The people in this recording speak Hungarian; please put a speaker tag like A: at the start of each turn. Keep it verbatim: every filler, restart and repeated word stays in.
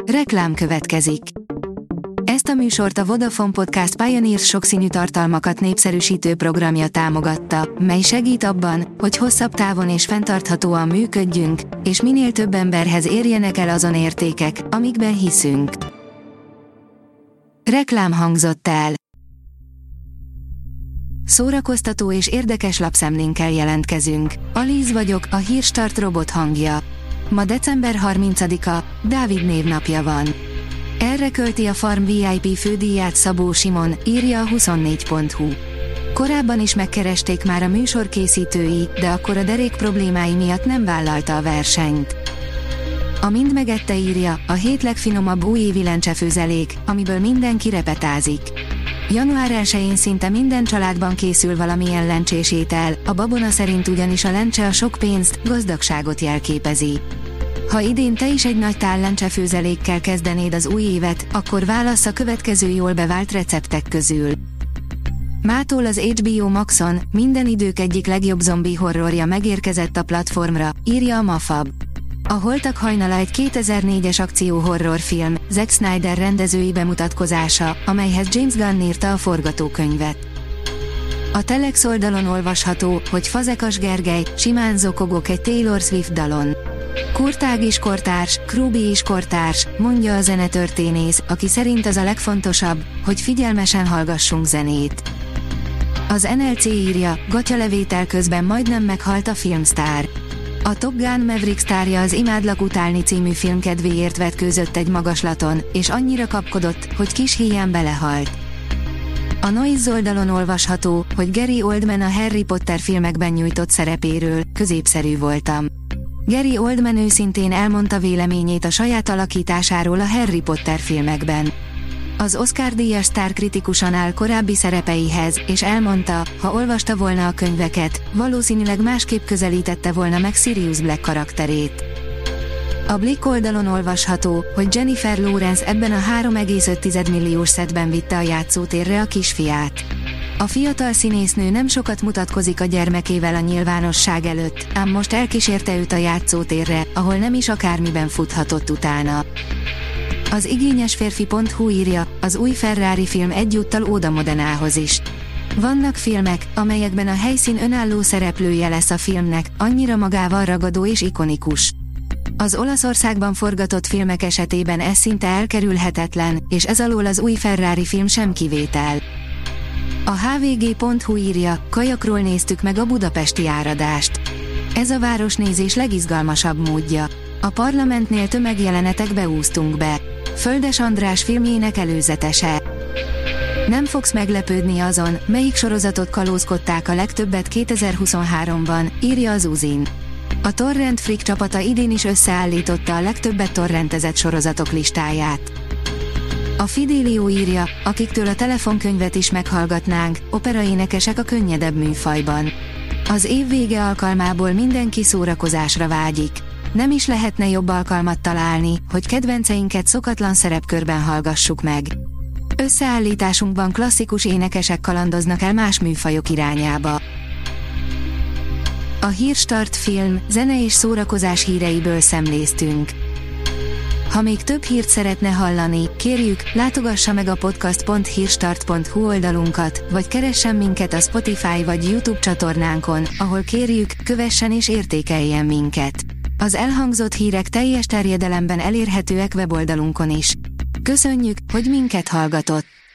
A: Reklám következik. Ezt a műsort a Vodafone Podcast Pioneers sokszínű tartalmakat népszerűsítő programja támogatta, mely segít abban, hogy hosszabb távon és fenntarthatóan működjünk, és minél több emberhez érjenek el azon értékek, amikben hiszünk. Reklám hangzott el. Szórakoztató és érdekes lapszemlénkkel jelentkezünk. Alíz vagyok, a Hírstart robot hangja. Ma december harmincadika, Dávid névnapja van. Erre költi a Farm vé i pé fődíját Szabó Simon, írja a huszonnégy pont hu. Korábban is megkeresték már a műsor készítői, de akkor a derék problémái miatt nem vállalta a versenyt. A Mind megette írja, a hét legfinomabb újévi lencsefőzelék, amiből mindenki repetázik. január elsején szinte minden családban készül valamilyen lencsés étel, a babona szerint ugyanis a lencse a sok pénzt, gazdagságot jelképezi. Ha idén te is egy nagy tál lencsefőzelékkel kezdenéd az új évet, akkor válasz a következő jól bevált receptek közül. Mától az há bé o Maxon, minden idők egyik legjobb zombi horrorja megérkezett a platformra, írja a Mafab. A Holtak hajnala egy kétezer-négyes akció-horrorfilm, Zack Snyder rendezői bemutatkozása, amelyhez James Gunn írta a forgatókönyvet. A Telex oldalon olvasható, hogy Fazekas Gergely, simán zokogok egy Taylor Swift dalon. Kurtág is kortárs, Krúbi is kortárs, mondja a zenetörténész, aki szerint az a legfontosabb, hogy figyelmesen hallgassunk zenét. Az en el cé írja, gatyalevétel közben majdnem meghalt a filmsztár. A Top Gun Maverick sztárja az Imádlak utálni című film kedvéért vetkőzött egy magaslaton, és annyira kapkodott, hogy kis híján belehalt. A Noise oldalon olvasható, hogy Gary Oldman a Harry Potter filmekben nyújtott szerepéről, középszerű voltam. Gary Oldman őszintén elmondta véleményét a saját alakításáról a Harry Potter filmekben. Az Oscar-díjas sztár kritikusan áll korábbi szerepeihez, és elmondta, ha olvasta volna a könyveket, valószínűleg másképp közelítette volna meg Sirius Black karakterét. A Blick oldalon olvasható, hogy Jennifer Lawrence ebben a három egész öt milliós szettben vitte a játszótérre a kisfiát. A fiatal színésznő nem sokat mutatkozik a gyermekével a nyilvánosság előtt, ám most elkísérte őt a játszótérre, ahol nem is akármiben futhatott utána. Az igényesférfi pont hu írja, az új Ferrari film egyúttal Óda Modenához is. Vannak filmek, amelyekben a helyszín önálló szereplője lesz a filmnek, annyira magával ragadó és ikonikus. Az Olaszországban forgatott filmek esetében ez szinte elkerülhetetlen, és ez alól az új Ferrari film sem kivétel. A há vé gé pont hu írja, kajakról néztük meg a budapesti áradást. Ez a városnézés legizgalmasabb módja. A parlamentnél tömegjelenetek beúztunk be. Földes András filmjének előzetese. Nem fogsz meglepődni azon, melyik sorozatot kalózkodták a legtöbbet kétezer-huszonháromban, írja az Uzin. A Torrent Freak csapata idén is összeállította a legtöbbet torrentezett sorozatok listáját. A Fidelio írja, akiktől a telefonkönyvet is meghallgatnánk, operaénekesek a könnyedebb műfajban. Az év vége alkalmából mindenki szórakozásra vágyik. Nem is lehetne jobb alkalmat találni, hogy kedvenceinket szokatlan szerepkörben hallgassuk meg. Összeállításunkban klasszikus énekesek kalandoznak el más műfajok irányába. A Hírstart film, zene és szórakozás híreiből szemléztünk. Ha még több hírt szeretne hallani, kérjük, látogassa meg a podcast pont hírstart pont hu oldalunkat, vagy keressen minket a Spotify vagy YouTube csatornánkon, ahol kérjük, kövessen és értékeljen minket. Az elhangzott hírek teljes terjedelemben elérhetőek weboldalunkon is. Köszönjük, hogy minket hallgatott!